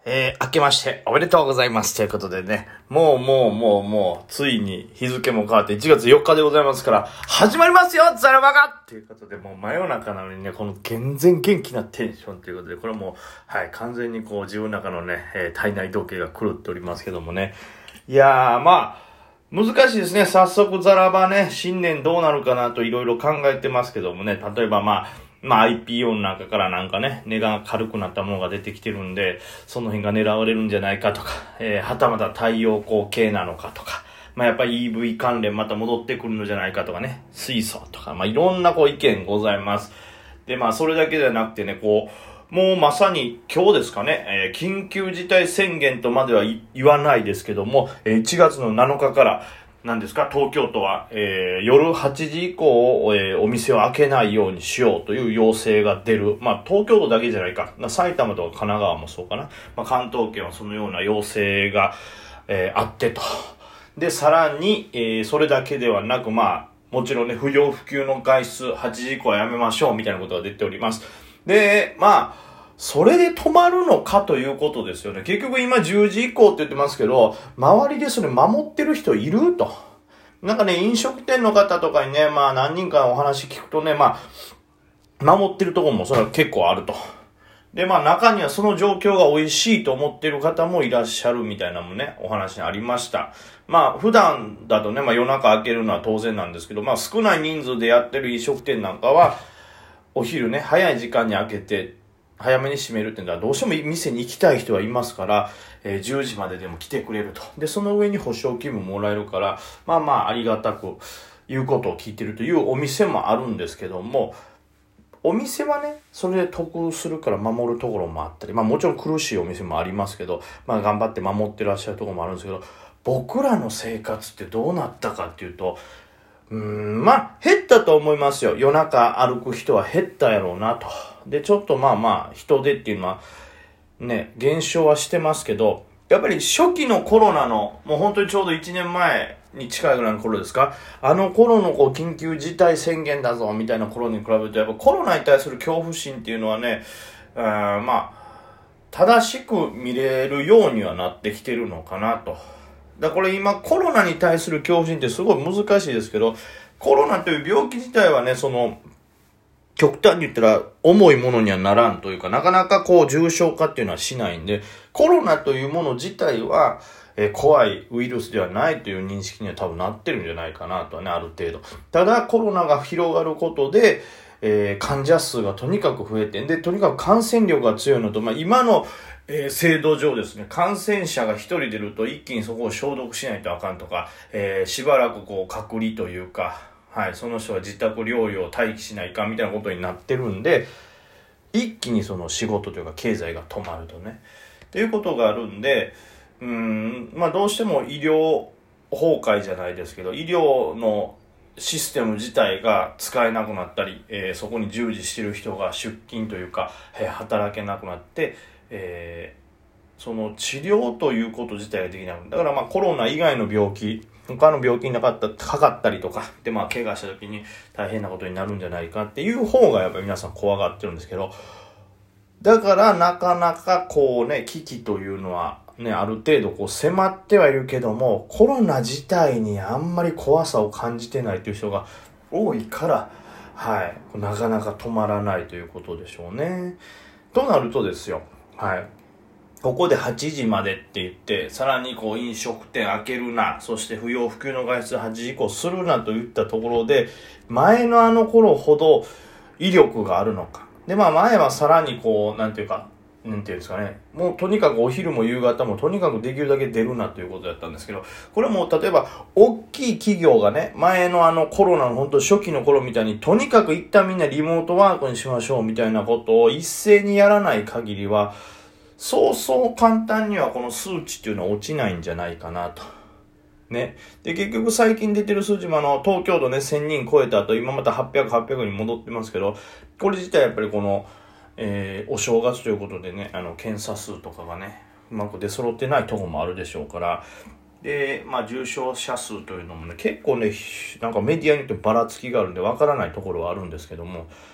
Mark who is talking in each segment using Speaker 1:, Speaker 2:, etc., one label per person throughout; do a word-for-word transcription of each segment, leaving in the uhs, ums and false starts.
Speaker 1: えー、明けましておめでとうございますということでね、もうもうもうもう、ついに日付も変わっていちがつよっかでございますから、始まりますよザラバがということで、もう真夜中なのにね、この全然元気なテンションということで、これもう、はい、完全にこう自分の中のね、えー、体内時計が狂っておりますけどもね。いやー、まあ、難しいですね。早速ザラバね、新年どうなるかなといろいろ考えてますけどもね、例えばまあ、まあ アイピーオー の中からなんかね、値が軽くなったものが出てきてるんで、その辺が狙われるんじゃないかとか、えー、はたまた太陽光系なのかとか、まあやっぱり イーブイ 関連また戻ってくるのじゃないかとかね、水素とか、まあいろんなこう意見ございます。で、まあそれだけではなくてね、こう、もうまさに今日ですかね、えー、緊急事態宣言とまでは言わないですけども、えー、いちがつのなのかから、何ですか、東京都は、えー、夜はちじ以降、えー、お店を開けないようにしようという要請が出る。まあ、東京都だけじゃないか。埼玉とか神奈川もそうかな。まあ、関東圏はそのような要請が、えー、あってと。で、さらに、えー、それだけではなく、まあ、もちろんね、不要不急の外出、はちじ以降はやめましょう、みたいなことが出ております。で、まあ、それで止まるのかということですよね。結局今じゅうじ以降って言ってますけど、周りでそれ守ってる人いると。なんかね、飲食店の方とかにね、まあ何人かお話聞くとね、まあ、守ってるところもそれは結構あると。で、まあ中にはその状況が美味しいと思ってる方もいらっしゃるみたいなのもね、お話にありました。まあ普段だとね、まあ夜中開けるのは当然なんですけど、まあ少ない人数でやってる飲食店なんかは、お昼ね、早い時間に開けて、早めに閉めるっていうのはどうしても店に行きたい人はいますから、えー、じゅうじまででも来てくれると。で、その上に保証金ももらえるから、まあまあありがたく言うことを聞いてるというお店もあるんですけども、お店はね、それで得するから守るところもあったり、まあもちろん苦しいお店もありますけど、まあ頑張って守ってらっしゃるところもあるんですけど、僕らの生活ってどうなったかっていうと、うーん、まあ減ったと思いますよ。夜中歩く人は減ったやろうなと。で、ちょっとまあまあ、人手っていうのは、ね、減少はしてますけど、やっぱり初期のコロナの、もう本当にちょうどいちねんまえに近いぐらいの頃ですか、あの頃のこう緊急事態宣言だぞ、みたいな頃に比べると、やっぱコロナに対する恐怖心っていうのはね、うーん、まあ、正しく見れるようにはなってきてるのかなと。だからこれ今コロナに対する恐怖心ってすごい難しいですけど、コロナという病気自体はね、その、極端に言ったら重いものにはならんというか、なかなかこう重症化っていうのはしないんで、コロナというもの自体は、えー、怖いウイルスではないという認識には多分なってるんじゃないかなとはね、ある程度。ただコロナが広がることで、えー、患者数がとにかく増えて、で、とにかく感染力が強いのと、まあ今の、えー、制度上ですね、感染者が一人出ると一気にそこを消毒しないとあかんとか、えー、しばらくこう隔離というか、はい、その人は自宅療養待機しないかみたいなことになってるんで、一気にその仕事というか経済が止まるとね、っていうことがあるんで、うーん、まあどうしても医療崩壊じゃないですけど、医療のシステム自体が使えなくなったり、えー、そこに従事してる人が出勤というか、えー、働けなくなって、えー、その治療ということ自体ができなくなる。だからまあコロナ以外の病気、他の病気になかった、かかったりとか、でまあ怪我した時に大変なことになるんじゃないかっていう方がやっぱり皆さん怖がってるんですけど、だからなかなかこうね、危機というのはね、ある程度こう迫ってはいるけども、コロナ自体にあんまり怖さを感じてないという人が多いから、はい、なかなか止まらないということでしょうね。となるとですよ、はい。ここではちじまでって言って、さらにこう飲食店開けるな、そして不要不急の外出はちじ以降するなといったところで、前のあの頃ほど威力があるのか。で、まあ前はさらにこう、なんていうか、なんていうんですかね。もうとにかくお昼も夕方もとにかくできるだけ出るなということだったんですけど、これも例えば大きい企業がね、前のあのコロナの本当初期の頃みたいにとにかく一旦みんなリモートワークにしましょうみたいなことを一斉にやらない限りは、そうそう簡単にはこの数値っていうのは落ちないんじゃないかなと。ね。で、結局最近出てる数字もあの、東京都ね、せんにん超えた後、今またはっぴゃく、はっぴゃくに戻ってますけど、これ自体やっぱりこの、えー、お正月ということでね、あの、検査数とかがね、うまく出揃ってないところもあるでしょうから、で、まあ、重症者数というのもね、結構ね、なんかメディアによってばらつきがあるんで、わからないところはあるんですけども、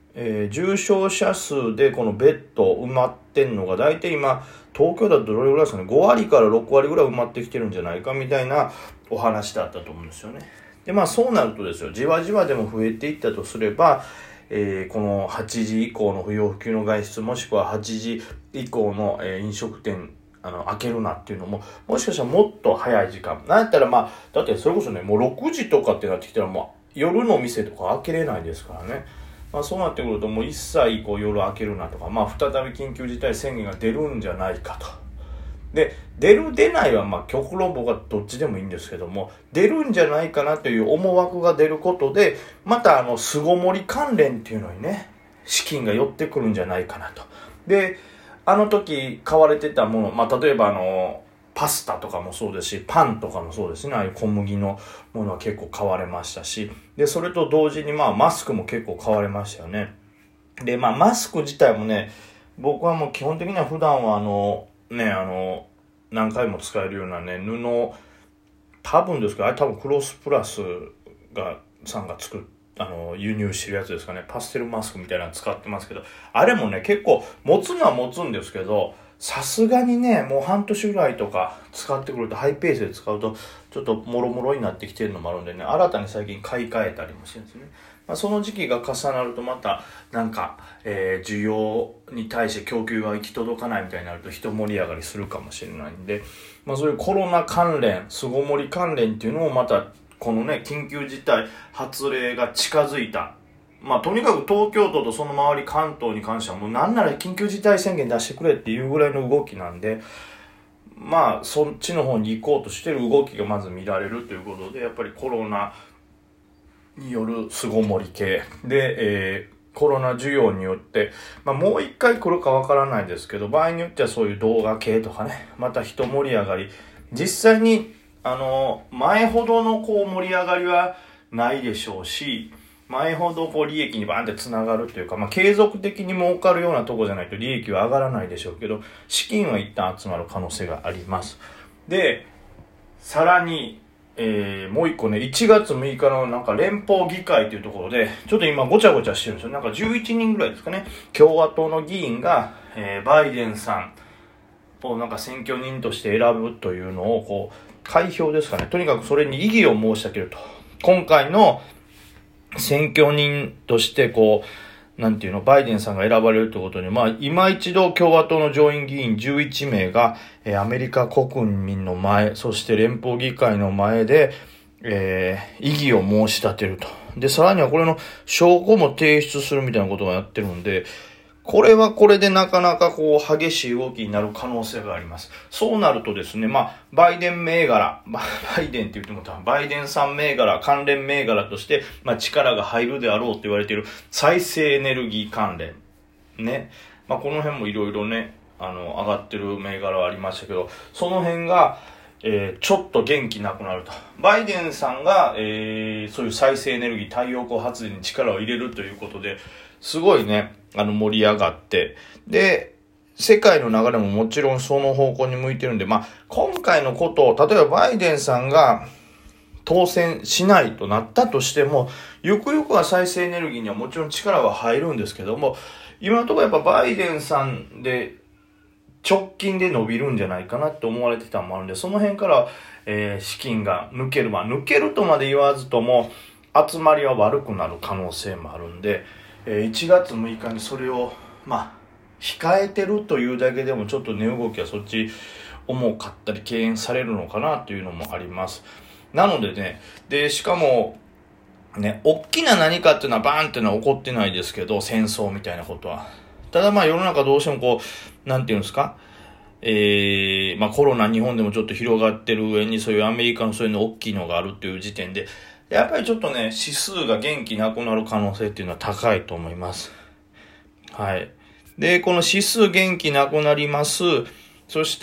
Speaker 1: えー、重症者数でこのベッド埋まってんのが大体今東京だとどれぐらいですかね、ごわりからろくわりぐらい埋まってきてるんじゃないかみたいなお話だったと思うんですよね。でまあそうなるとですよ、じわじわでも増えていったとすれば、えー、このはちじ以降の不要不急の外出、もしくははちじ以降の、えー、飲食店あの開けるなっていうのももしかしたらもっと早い時間なんやったら、まあだってそれこそねもうろくじとかってなってきたらもう夜の店とか開けれないですからね。まあ、そうなってくるともう一切こう夜開けるなとか、まあ、再び緊急事態宣言が出るんじゃないかと。で出る出ないはまあ極論僕はどっちでもいいんですけども、出るんじゃないかなという思惑が出ることでまたあの巣ごもり関連っていうのにね資金が寄ってくるんじゃないかなと。であの時買われてたもの、まあ、例えばあのパスタとかもそうですしパンとかもそうですね、ああいう小麦のものは結構買われましたし、でそれと同時にまあマスクも結構買われましたよね。でまあマスク自体もね僕はもう基本的には普段はあのねあの何回も使えるようなね布、多分ですけどあれ多分クロスプラスがさんが作っあの輸入してるやつですかね、パステルマスクみたいなの使ってますけど、あれもね結構持つのは持つんですけど、さすがにねもう半年ぐらいとか使ってくるとハイペースで使うとちょっともろもろになってきてるのもあるんでね、新たに最近買い替えたりもしてるんですよね。まあ、その時期が重なるとまたなんか、えー、需要に対して供給が行き届かないみたいになると一盛り上がりするかもしれないんで、まあ、そういうコロナ関連巣ごもり関連っていうのもまたこのね緊急事態発令が近づいた、まあとにかく東京都とその周り関東に関してはもうなんなら緊急事態宣言出してくれっていうぐらいの動きなんで、まあそっちの方に行こうとしてる動きがまず見られるということで、やっぱりコロナによる巣ごもり系で、えー、コロナ需要によって、まあ、もう一回来るかわからないですけど、場合によってはそういう動画系とかねまた一盛り上がり、実際にあの前ほどのこう盛り上がりはないでしょうし、前ほどこう利益にバーンってつながるというか、まあ、継続的に儲かるようなとこじゃないと利益は上がらないでしょうけど、資金は一旦集まる可能性があります。でさらに、えー、もう一個ねいちがつむいかのなんか連邦議会というところでちょっと今ごちゃごちゃしてるんですよ。なんかじゅういちにんぐらいですかね、共和党の議員が、えー、バイデンさんをなんか選挙人として選ぶというのをこう開票ですかね、とにかくそれに異議を申し立てると。今回の選挙人としてこうなんていうのバイデンさんが選ばれるということに、まあ今一度共和党の上院議員じゅういちめいが、えー、アメリカ国民の前、そして連邦議会の前で、えー、異議を申し立てると。でさらにはこれの証拠も提出するみたいなことをやってるんで、これはこれでなかなかこう激しい動きになる可能性があります。そうなるとですね、まあバイデン銘柄、バイデンって言っても多分バイデンさん銘柄、関連銘柄として、まあ、力が入るであろうと言われている再生エネルギー関連ね、まあこの辺もいろいろねあの上がってる銘柄はありましたけど、その辺が、えー、ちょっと元気なくなると。バイデンさんが、えー、そういう再生エネルギー、太陽光発電に力を入れるということで、すごいねあの盛り上がって、で世界の流れももちろんその方向に向いてるんで、まあ今回のことを例えばバイデンさんが当選しないとなったとしても、ゆくゆくは再生エネルギーにはもちろん力は入るんですけども、今のところやっぱバイデンさんで直近で伸びるんじゃないかなって思われてたのもあるんで、その辺から、えー、資金が抜ける、まあ抜けるとまで言わずとも集まりは悪くなる可能性もあるんで、えー、いちがつむいかにそれをまあ控えてるというだけでもちょっと値動きはそっち重かったり敬遠されるのかなというのもあります。なのでね、でしかもね、大きな何かっていうのはバーンっていうのは起こってないですけど、戦争みたいなことは。ただまあ世の中どうしてもこうなんていうんですか、えー、まあコロナ日本でもちょっと広がってる上にそういうアメリカのそういうの大きいのがあるっていう時点で、やっぱりちょっとね指数が元気なくなる可能性っていうのは高いと思います。はい。でこの指数元気なくなります。そして、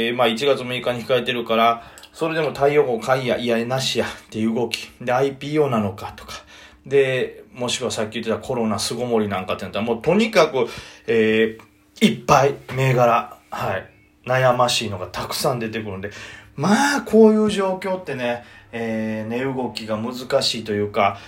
Speaker 1: えー、まあいちがつむいかに控えてるから、それでも太陽光買いやいやなしやっていう動きで アイピーオー なのかとかで、もしくはさっき言ってたコロナ巣ごもりなんかってなったらもうとにかく、えー、いっぱい銘柄、はい、悩ましいのがたくさん出てくるんで、まあこういう状況ってね、えー、値動きが難しいというか、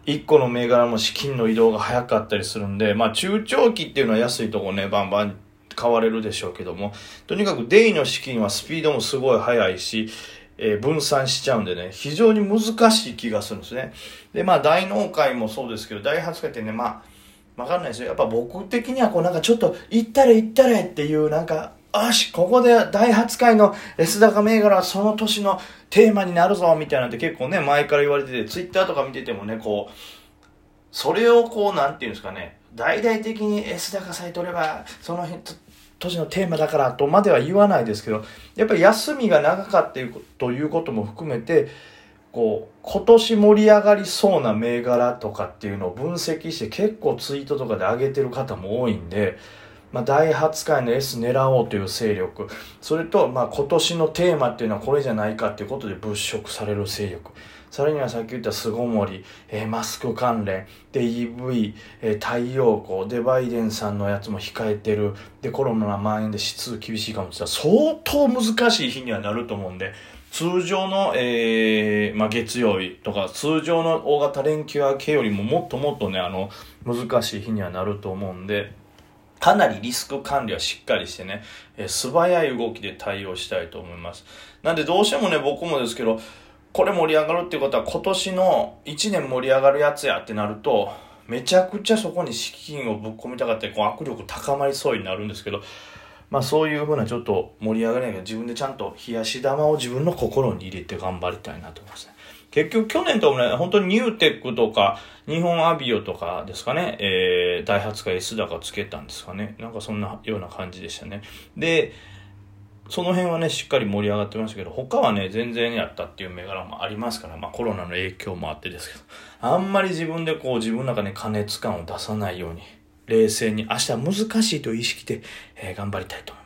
Speaker 1: 一個の銘柄も資金の移動が早かったりするんで、まあ中長期っていうのは安いとこね、バンバン買われるでしょうけども、とにかくデイの資金はスピードもすごい速いし、えー、分散しちゃうんでね、非常に難しい気がするんですね。で、まあ大納会もそうですけど、大発会ってね、まあ、わかんないですよ。やっぱ僕的にはこうなんかちょっと行ったれ行ったれっていうなんか、よし、ここで大発会の S 高銘柄はその年のテーマになるぞみたいなんて結構ね、前から言われてて、ツイッターとか見ててもね、こう、それをこう、なんていうんですかね、大々的に S 高さえ取れば、その年のテーマだからとまでは言わないですけど、やっぱり休みが長かったということも含めて、こう、今年盛り上がりそうな銘柄とかっていうのを分析して結構ツイートとかで上げてる方も多いんで、まあ、大発会の S 狙おうという勢力、それと、まあ、今年のテーマっていうのはこれじゃないかっていうことで物色される勢力。さらにはさっき言った巣ごもり、えー、マスク関連、で イーブイ、えー、太陽光、でバイデンさんのやつも控えてる、でコロナ蔓延で指数厳しいかもしれない。相当難しい日にはなると思うんで、通常の、えーまあ、月曜日とか通常の大型連休明けよりももっともっとね、あの難しい日にはなると思うんで、かなりリスク管理はしっかりしてね、えー、素早い動きで対応したいと思います。なんでどうしてもね、僕もですけど、これ盛り上がるっていうことは今年のいちねん盛り上がるやつやってなると、めちゃくちゃそこに資金をぶっ込みたかったり、こう握力高まりそうになるんですけど、まあそういう風なちょっと盛り上がりないけど、自分でちゃんと冷やし玉を自分の心に入れて頑張りたいなと思いますね。結局去年ともね、本当にニューテックとか、日本アビオとかですかね、えー、ダイハツか S 高つけたんですかね。なんかそんなような感じでしたね。で、その辺はね、しっかり盛り上がってましたけど、他はね、全然やったっていう銘柄もありますから、まあコロナの影響もあってですけど、あんまり自分でこう自分の中で過熱感を出さないように、冷静に明日は難しいという意識で、えー、頑張りたいと思います。